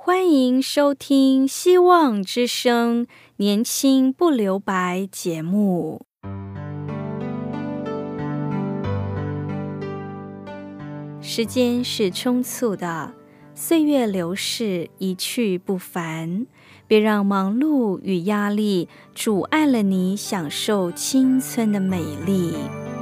欢迎收听希望之声年轻不留白节目。时间是匆促的，岁月流逝，一去不返。别让忙碌与压力阻碍了你享受青春的美丽。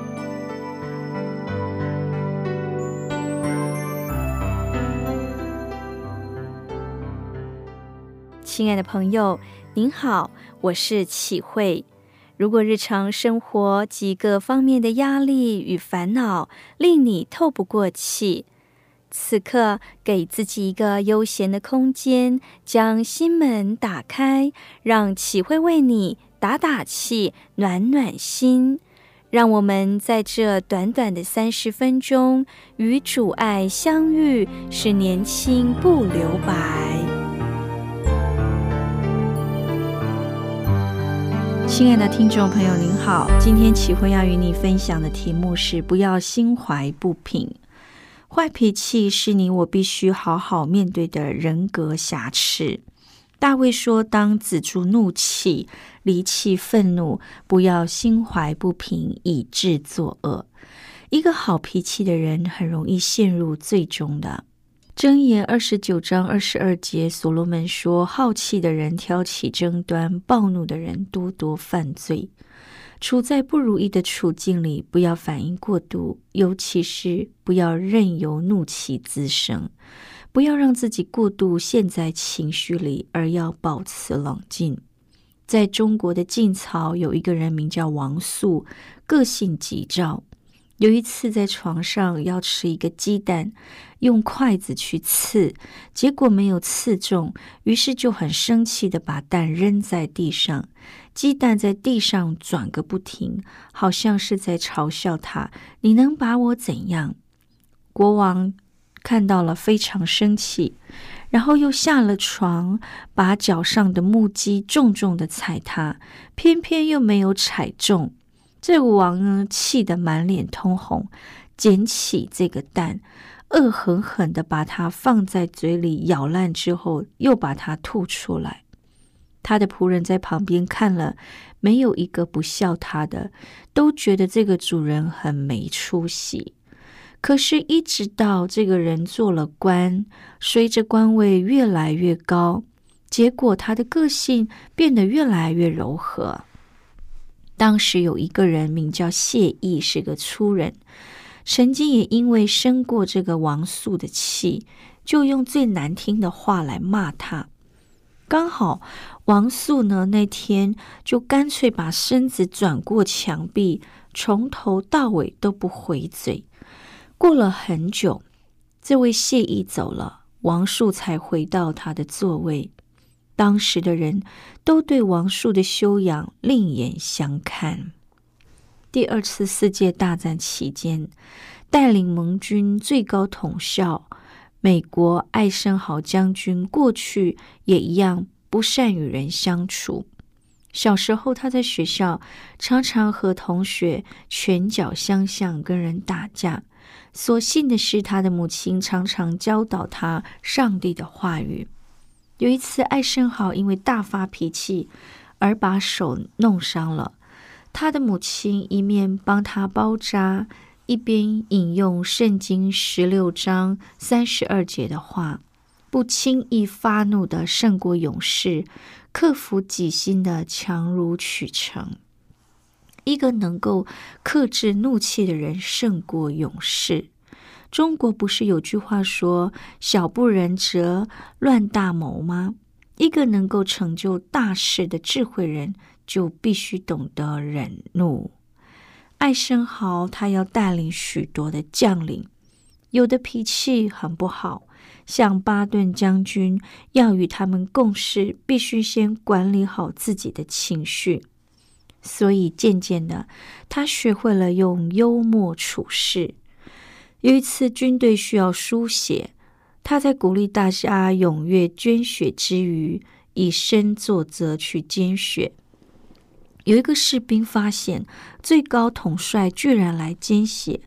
亲爱的朋友，您好，我是启慧。如果日常生活几个方面的压力与烦恼令你透不过气，此刻给自己一个悠闲的空间，将心门打开，让启慧为你打打气，暖暖心。让我们在这短短的30分钟与主爱相遇，使年轻不留白。亲爱的听众朋友您好，今天启慧要与你分享的题目是不要心怀不平。坏脾气是你我必须好好面对的人格瑕疵。大卫说，当止住怒气，离弃愤怒，不要心怀不平，以致作恶。一个好脾气的人很容易陷入最终的。箴言29章22节，所罗门说，好气的人挑起争端，暴怒的人多多犯罪。处在不如意的处境里，不要反应过度，尤其是不要任由怒气滋生，不要让自己过度陷在情绪里，而要保持冷静。在中国的晋朝，有一个人名叫王肃，个性急躁。有一次在床上要吃一个鸡蛋，用筷子去刺，结果没有刺中，于是就很生气地把蛋扔在地上。鸡蛋在地上转个不停，好像是在嘲笑他，你能把我怎样？国王看到了非常生气，然后又下了床，把脚上的木屐重重地踩他，偏偏又没有踩中。这个王呢，气得满脸通红，捡起这个蛋，恶狠狠地把它放在嘴里咬烂之后，又把它吐出来。他的仆人在旁边看了，没有一个不笑他的，都觉得这个主人很没出息。可是一直到这个人做了官，随着官位越来越高，结果他的个性变得越来越柔和。当时有一个人名叫谢毅，是个粗人，曾经也因为生过这个王肃的气，就用最难听的话来骂他。刚好王肃呢，那天就干脆把身子转过墙壁，从头到尾都不回嘴。过了很久，这位谢毅走了，王肃才回到他的座位。当时的人都对王肃的修养另眼相看。第2次世界大战期间，带领盟军最高统校美国艾森豪将军过去也一样不善与人相处。小时候他在学校常常和同学拳脚相向，跟人打架。所幸的是，他的母亲常常教导他上帝的话语。有一次，艾森豪因为大发脾气而把手弄伤了，他的母亲一面帮他包扎，一边引用圣经16章32节的话，不轻易发怒的胜过勇士，克服己心的强如取成。一个能够克制怒气的人胜过勇士。中国不是有句话说，小不忍则乱大谋吗？一个能够成就大事的智慧人，就必须懂得忍怒。艾森豪他要带领许多的将领，有的脾气很不好，像巴顿将军，要与他们共事，必须先管理好自己的情绪。所以渐渐的，他学会了用幽默处事。有一次军队需要输血，他在鼓励大家踊跃捐血之余，以身作则去捐血。有一个士兵发现最高统帅居然来捐血，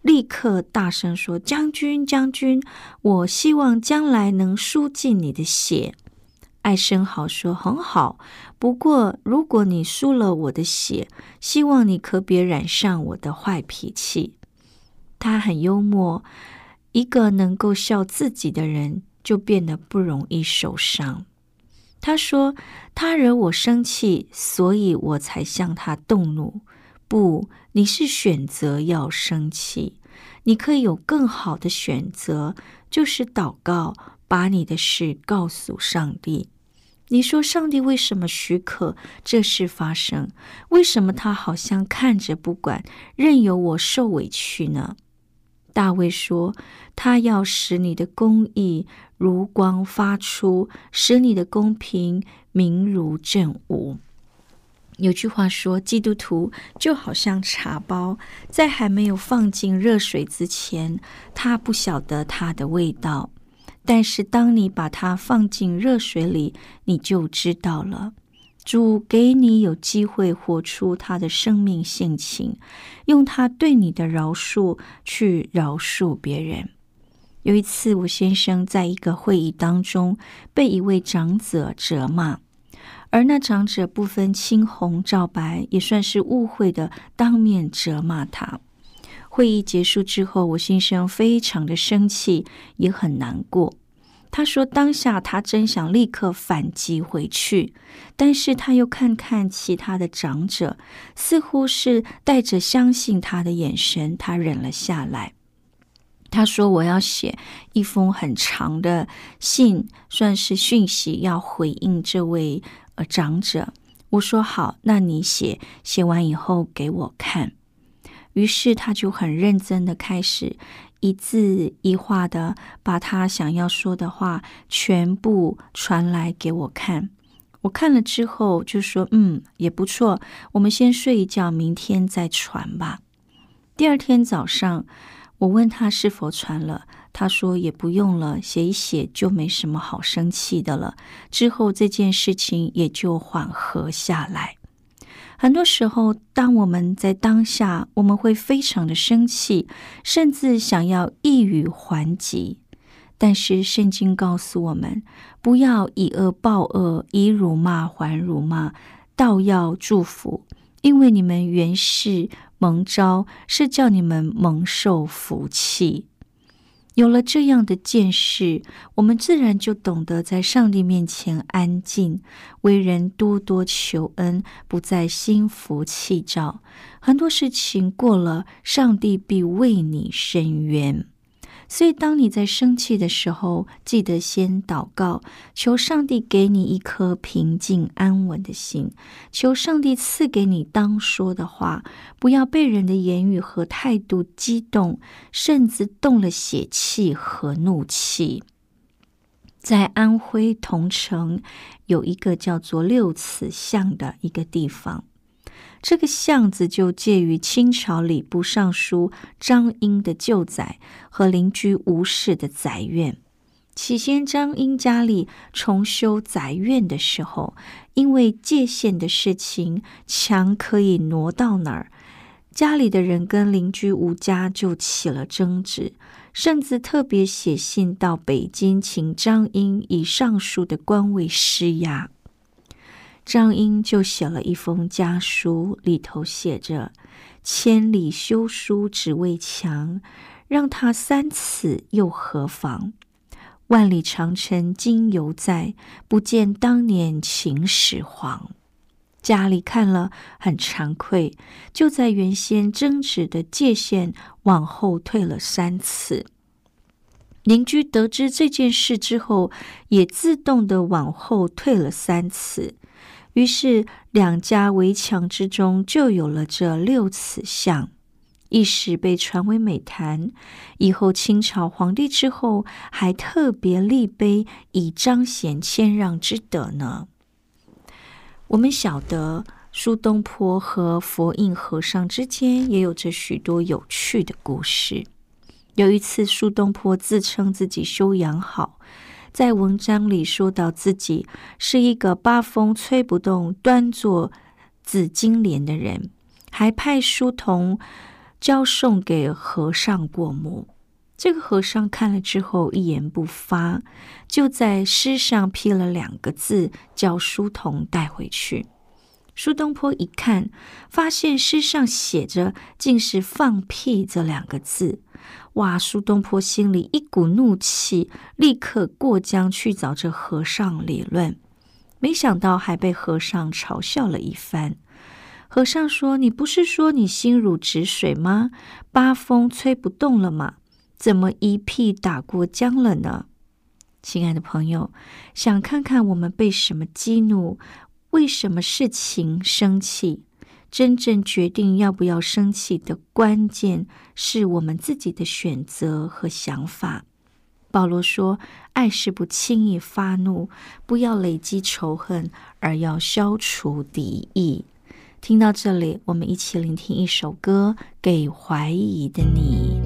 立刻大声说：将军，将军，我希望将来能输尽你的血。艾森豪说：很好，不过如果你输了我的血，希望你可别染上我的坏脾气。他很幽默，一个能够笑自己的人就变得不容易受伤。他说：他惹我生气，所以我才向他动怒。不，你是选择要生气，你可以有更好的选择，就是祷告，把你的事告诉上帝。你说上帝为什么许可这事发生？为什么他好像看着不管，任由我受委屈呢？大卫说：他要使你的公义如光发出，使你的公平明如正午。有句话说，基督徒就好像茶包，在还没有放进热水之前，他不晓得它的味道，但是当你把它放进热水里，你就知道了。主给你有机会活出他的生命性情，用他对你的饶恕去饶恕别人。有一次，我先生在一个会议当中被一位长者责骂，而那长者不分青红皂白，也算是误会的当面责骂他。会议结束之后，我先生非常的生气，也很难过。他说当下他真想立刻反击回去，但是他又看看其他的长者，似乎是带着相信他的眼神，他忍了下来。他说我要写一封很长的信，算是讯息，要回应这位长者。我说好，那你写完以后给我看。于是他就很认真的开始一字一画的把他想要说的话全部传来给我看。我看了之后就说也不错，我们先睡一觉，明天再传吧。第二天早上我问他是否传了，他说也不用了，写一写就没什么好生气的了，之后这件事情也就缓和下来。很多时候，当我们在当下，我们会非常的生气，甚至想要一语还击。但是圣经告诉我们，不要以恶报恶，以辱骂还辱骂，倒要祝福，因为你们原是蒙召，是叫你们蒙受福气。有了这样的见识，我们自然就懂得在上帝面前安静，为人多多求恩，不再心浮气躁。很多事情过了，上帝必为你伸冤。所以当你在生气的时候，记得先祷告，求上帝给你一颗平静安稳的心，求上帝赐给你当说的话，不要被人的言语和态度激动，甚至动了血气和怒气。在安徽桐城有一个叫做六祠巷的一个地方，这个巷子就介于清朝礼部尚书张英的旧宅和邻居吴氏的宅院。起先张英家里重修宅院的时候，因为界限的事情，墙可以挪到哪儿，家里的人跟邻居吴家就起了争执，甚至特别写信到北京，请张英以上述的官位施压。张英就写了一封家书，里头写着：千里修书只为墙，让他3次又何妨？万里长城今犹在，不见当年秦始皇。家里看了很惭愧，就在原先争执的界限往后退了3次。邻居得知这件事之后，也自动的往后退了3次。于是两家围墙之中就有了这六祠巷，一时被传为美谈。以后清朝皇帝之后，还特别立碑以彰显谦让之德呢。我们晓得苏东坡和佛印和尚之间也有着许多有趣的故事。有一次苏东坡自称自己修养好，在文章里说到自己是一个八风吹不动、端坐紫金莲的人，还派书童交送给和尚过目。这个和尚看了之后一言不发，就在诗上批了2个字，叫书童带回去。苏东坡一看，发现诗上写着竟是放屁这2个字。哇！苏东坡心里一股怒气，立刻过江去找这和尚理论，没想到还被和尚嘲笑了一番。和尚说：你不是说你心如止水吗？八风吹不动了吗？怎么一屁打过江了呢？亲爱的朋友，想看看我们被什么激怒，为什么事情生气？真正决定要不要生气的关键是我们自己的选择和想法。保罗说，爱是不轻易发怒，不要累积仇恨，而要消除敌意。听到这里，我们一起聆听一首歌，给怀疑的你。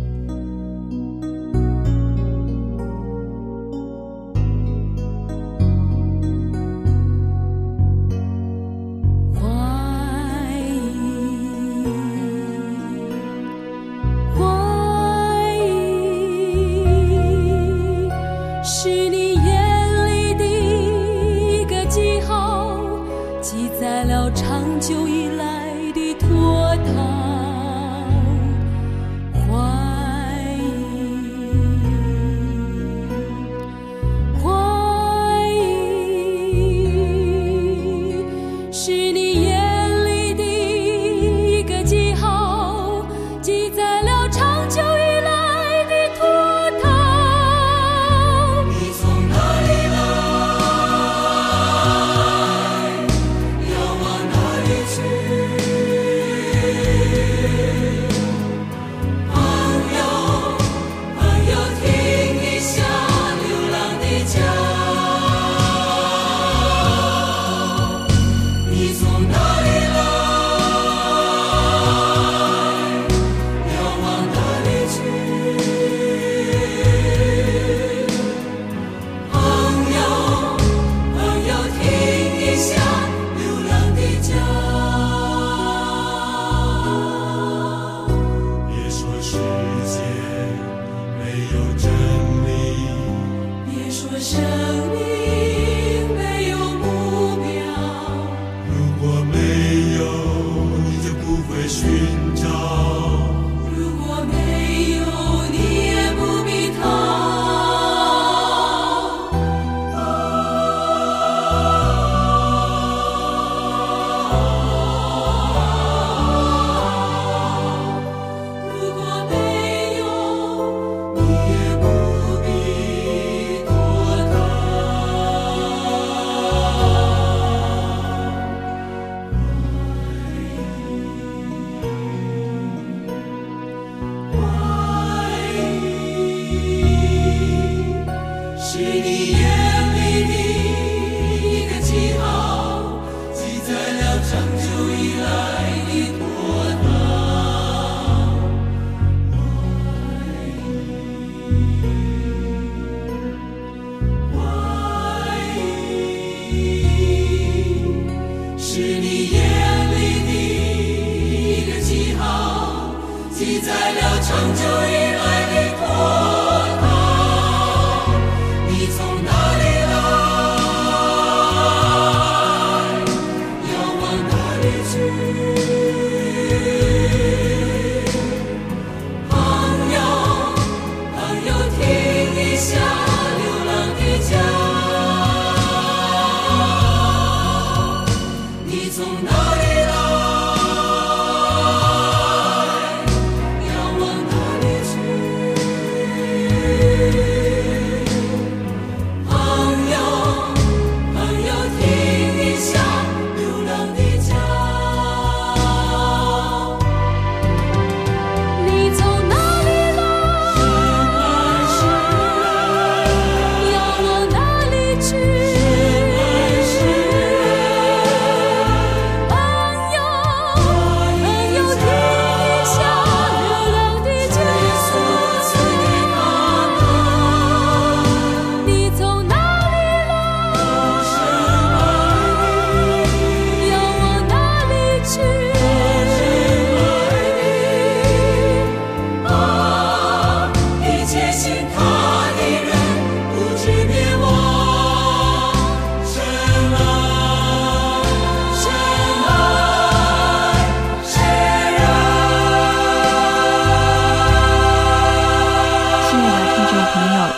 往哪里去？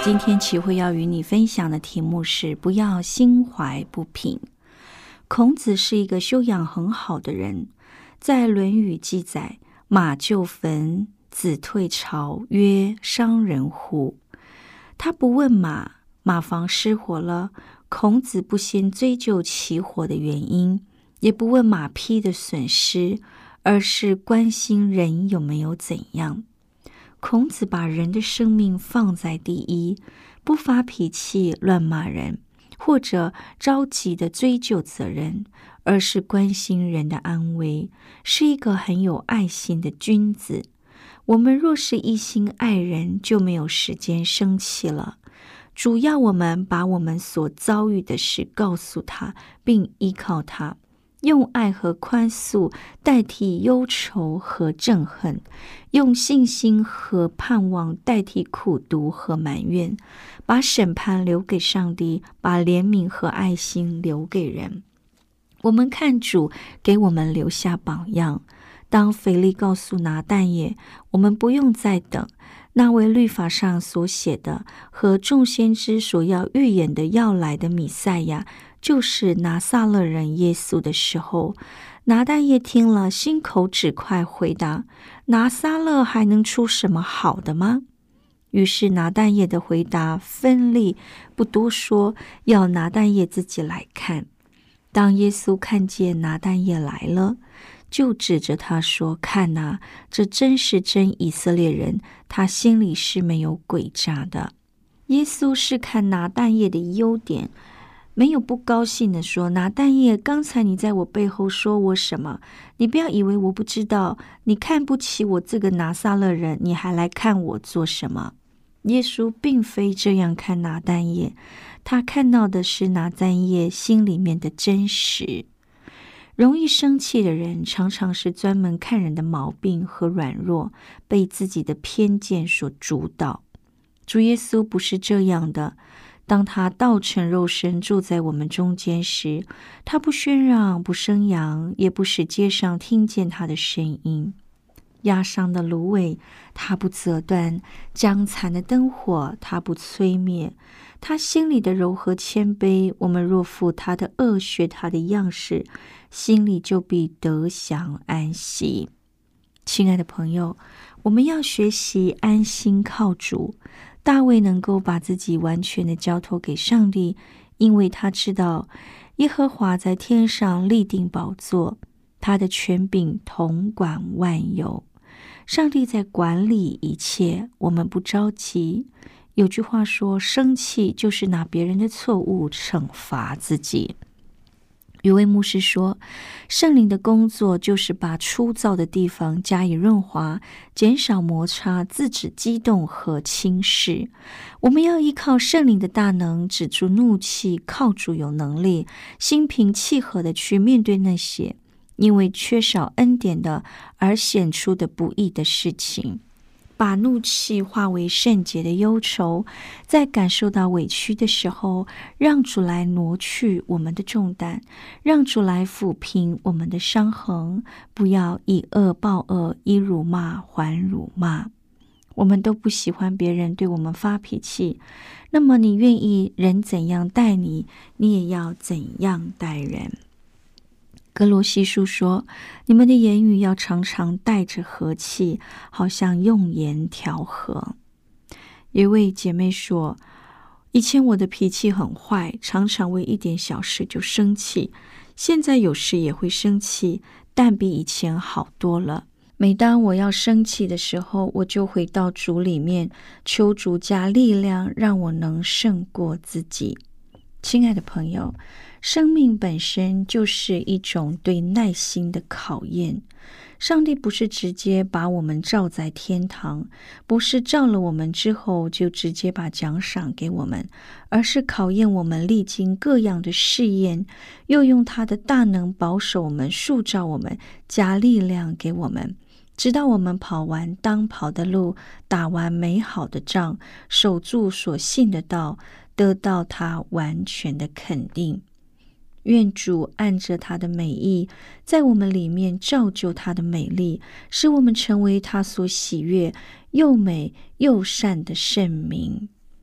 今天启慧要与你分享的题目是不要心怀不平。孔子是一个修养很好的人，在《论语》记载，马就坟，子退巢，曰：伤人乎？他不问马房失火了，孔子不先追究起火的原因，也不问马匹的损失，而是关心人有没有怎样。孔子把人的生命放在第一，不发脾气乱骂人，或者着急的追究责任，而是关心人的安危，是一个很有爱心的君子。我们若是一心爱人，就没有时间生气了。主要我们把我们所遭遇的事告诉他，并依靠他，用爱和宽恕代替忧愁和憎恨，用信心和盼望代替苦毒和埋怨，把审判留给上帝，把怜悯和爱心留给人。我们看主给我们留下榜样。当腓力告诉拿但业，我们不用再等，那位律法上所写的和众先知所要预言的要来的弥赛亚，就是拿撒勒人耶稣的时候，拿但业听了，心口只快回答：拿撒勒还能出什么好的吗？于是拿但业的回答分例不多说，要拿但业自己来看。当耶稣看见拿但业来了，就指着他说：看啊，这真是真以色列人，他心里是没有诡诈的。耶稣是看拿但业的优点，没有不高兴的说：拿但业，刚才你在我背后说我什么？你不要以为我不知道，你看不起我这个拿撒勒人，你还来看我做什么？耶稣并非这样看拿但业，他看到的是拿但业心里面的真实。容易生气的人常常是专门看人的毛病和软弱，被自己的偏见所主导。主耶稣不是这样的，当他道成肉身住在我们中间时，他不喧嚷，不生扬，也不使街上听见他的声音。压伤的芦苇他不折断，将残的灯火他不吹灭。他心里的柔和谦卑，我们若负他的恶，学他的样式，心里就必得享安息。亲爱的朋友，我们要学习安心靠主。大卫能够把自己完全的交托给上帝，因为他知道耶和华在天上立定宝座，他的权柄统管万有。上帝在管理一切，我们不着急。有句话说，生气就是拿别人的错误惩罚自己。有位牧师说，圣灵的工作就是把粗糙的地方加以润滑，减少摩擦，制止激动和轻视。我们要依靠圣灵的大能，止住怒气，靠主有能力，心平气和地去面对那些因为缺少恩典的而显出的不义的事情，把怒气化为圣洁的忧愁，在感受到委屈的时候，让主来挪去我们的重担，让主来抚平我们的伤痕，不要以恶报恶，以辱骂还辱骂。我们都不喜欢别人对我们发脾气，那么你愿意人怎样待你，你也要怎样待人。哥罗西书说，你们的言语要常常带着和气，好像用盐调和。有一位姐妹说，以前我的脾气很坏，常常为一点小事就生气，现在有时也会生气，但比以前好多了。每当我要生气的时候，我就回到主里面，求主加力量，让我能胜过自己。亲爱的朋友，生命本身就是一种对耐心的考验。上帝不是直接把我们召在天堂，不是召了我们之后就直接把奖赏给我们，而是考验我们历经各样的试验，又用他的大能保守我们，塑造我们，加力量给我们，直到我们跑完当跑的路，打完美好的仗，守住所信的道，得到他完全的肯定。愿主按着他的美意，在我们里面造就他的美丽，使我们成为他所喜悦又美又善的圣民。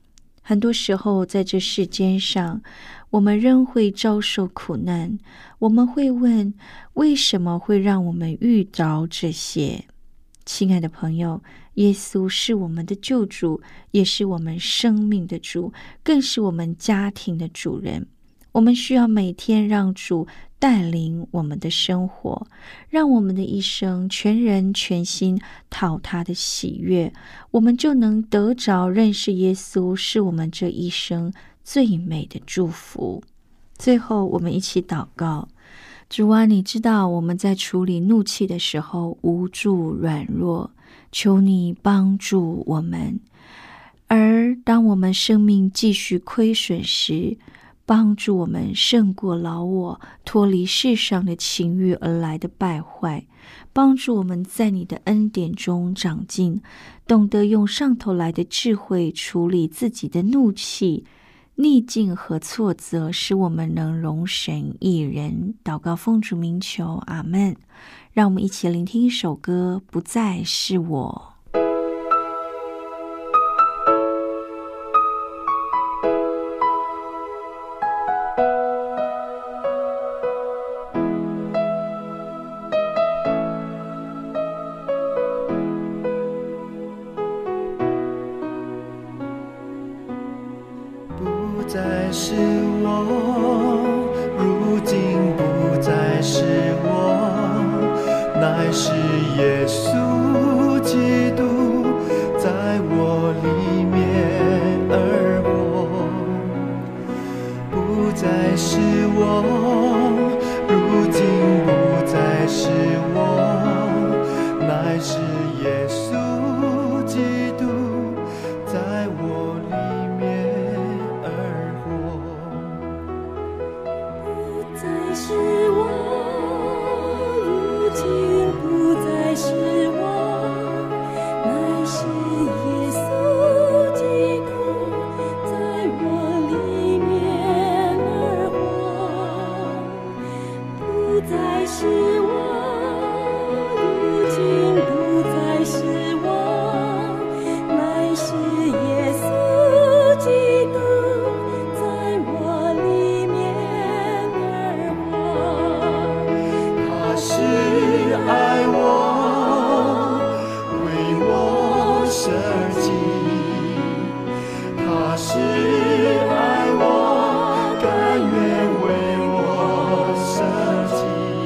很多时候在这世间上，我们仍会遭受苦难，我们会问，为什么会让我们遇着这些？亲爱的朋友，耶稣是我们的救主，也是我们生命的主，更是我们家庭的主人。我们需要每天让主带领我们的生活，让我们的一生全人全心讨他的喜悦，我们就能得着认识耶稣是我们这一生最美的祝福。最后我们一起祷告。主啊，你知道我们在处理怒气的时候无助软弱，求你帮助我们。而当我们生命继续亏损时，帮助我们胜过老我，脱离世上的情欲而来的败坏，帮助我们在你的恩典中长进，懂得用上头来的智慧处理自己的怒气、逆境和挫折，使我们能容神一人。祷告奉主名求，阿们。让我们一起聆听一首歌，不再是我。 不再是我，如今不再是我，乃是耶稣基督在我里面而活。不再是我，如今不再是我，乃是耶稣基督在我里面而活。 不再是我，如今不再是我，乃是耶稣基督在我里面而活。不再是我，如今不再是我，乃是耶稣基督在我里面而活。 他是爱我，为我舍己；他是爱我，甘愿为我舍己；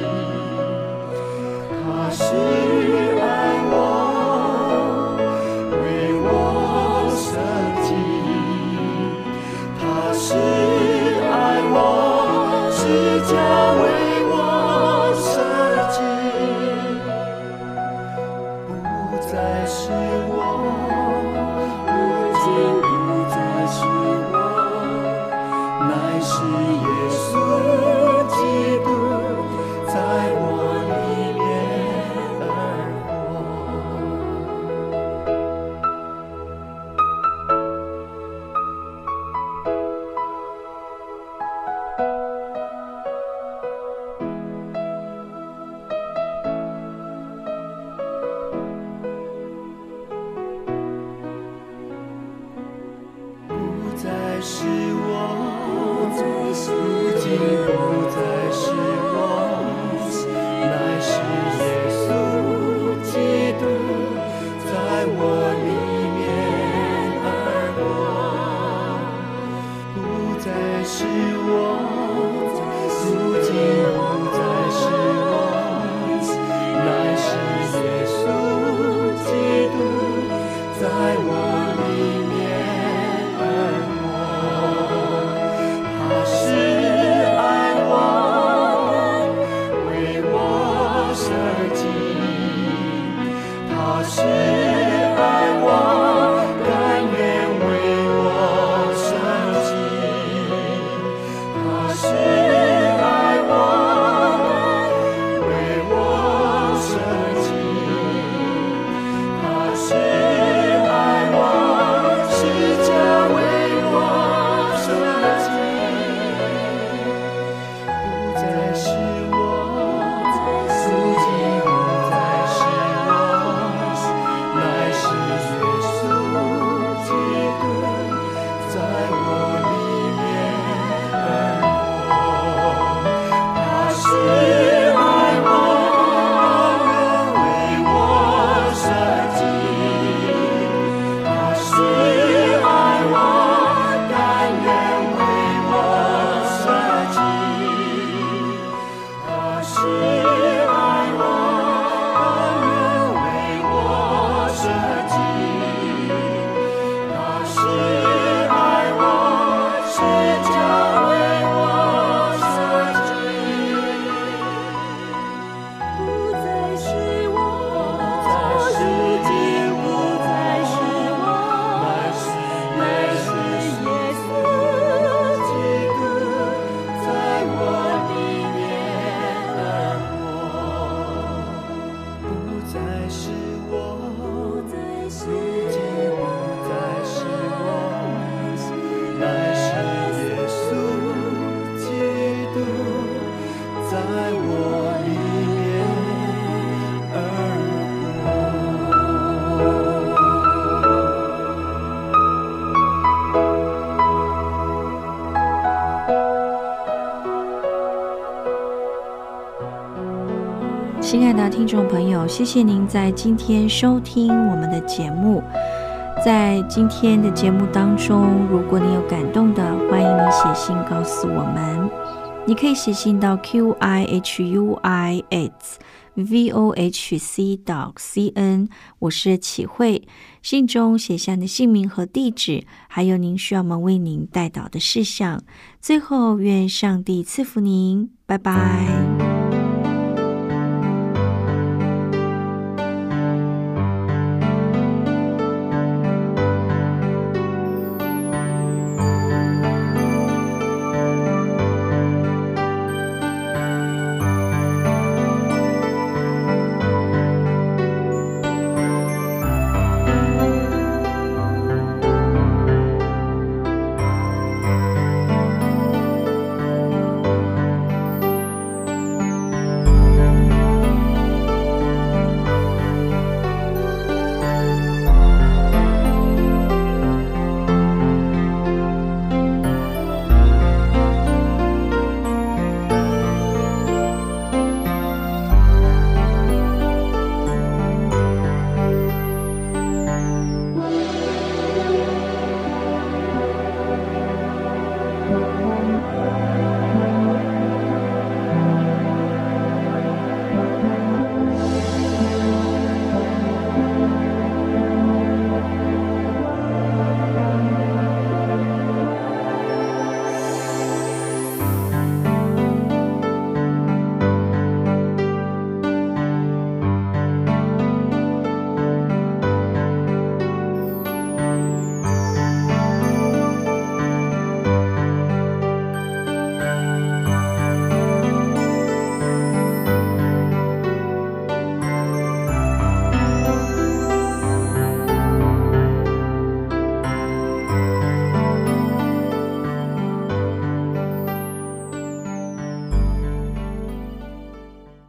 他是爱我，为我舍己；他是爱我，是家为我舍己。不再是我， 如今不再是我， 乃是耶稣基督在我里面而不再是我，如今不再是我，乃是耶稣基督在我里面而活。不再是我，如今不再是我，乃是耶稣基督在我里面而活。他是爱我，为我舍己；他是爱我，甘愿为我舍己；他是爱我，为我舍己；他是爱我，是家为我舍己。不再是我，如今不再是我，乃是耶稣基督在亲爱的听众朋友，谢谢您在今天收听我们的节目。在今天的节目当中，如果你有感动的，欢迎你写信告诉我们。你可以写信到 qihui@vohc.cn， 我是启慧。信中写下你的姓名和地址，还有您需要我们为您代祷的事项。最后，愿上帝赐福您，拜拜。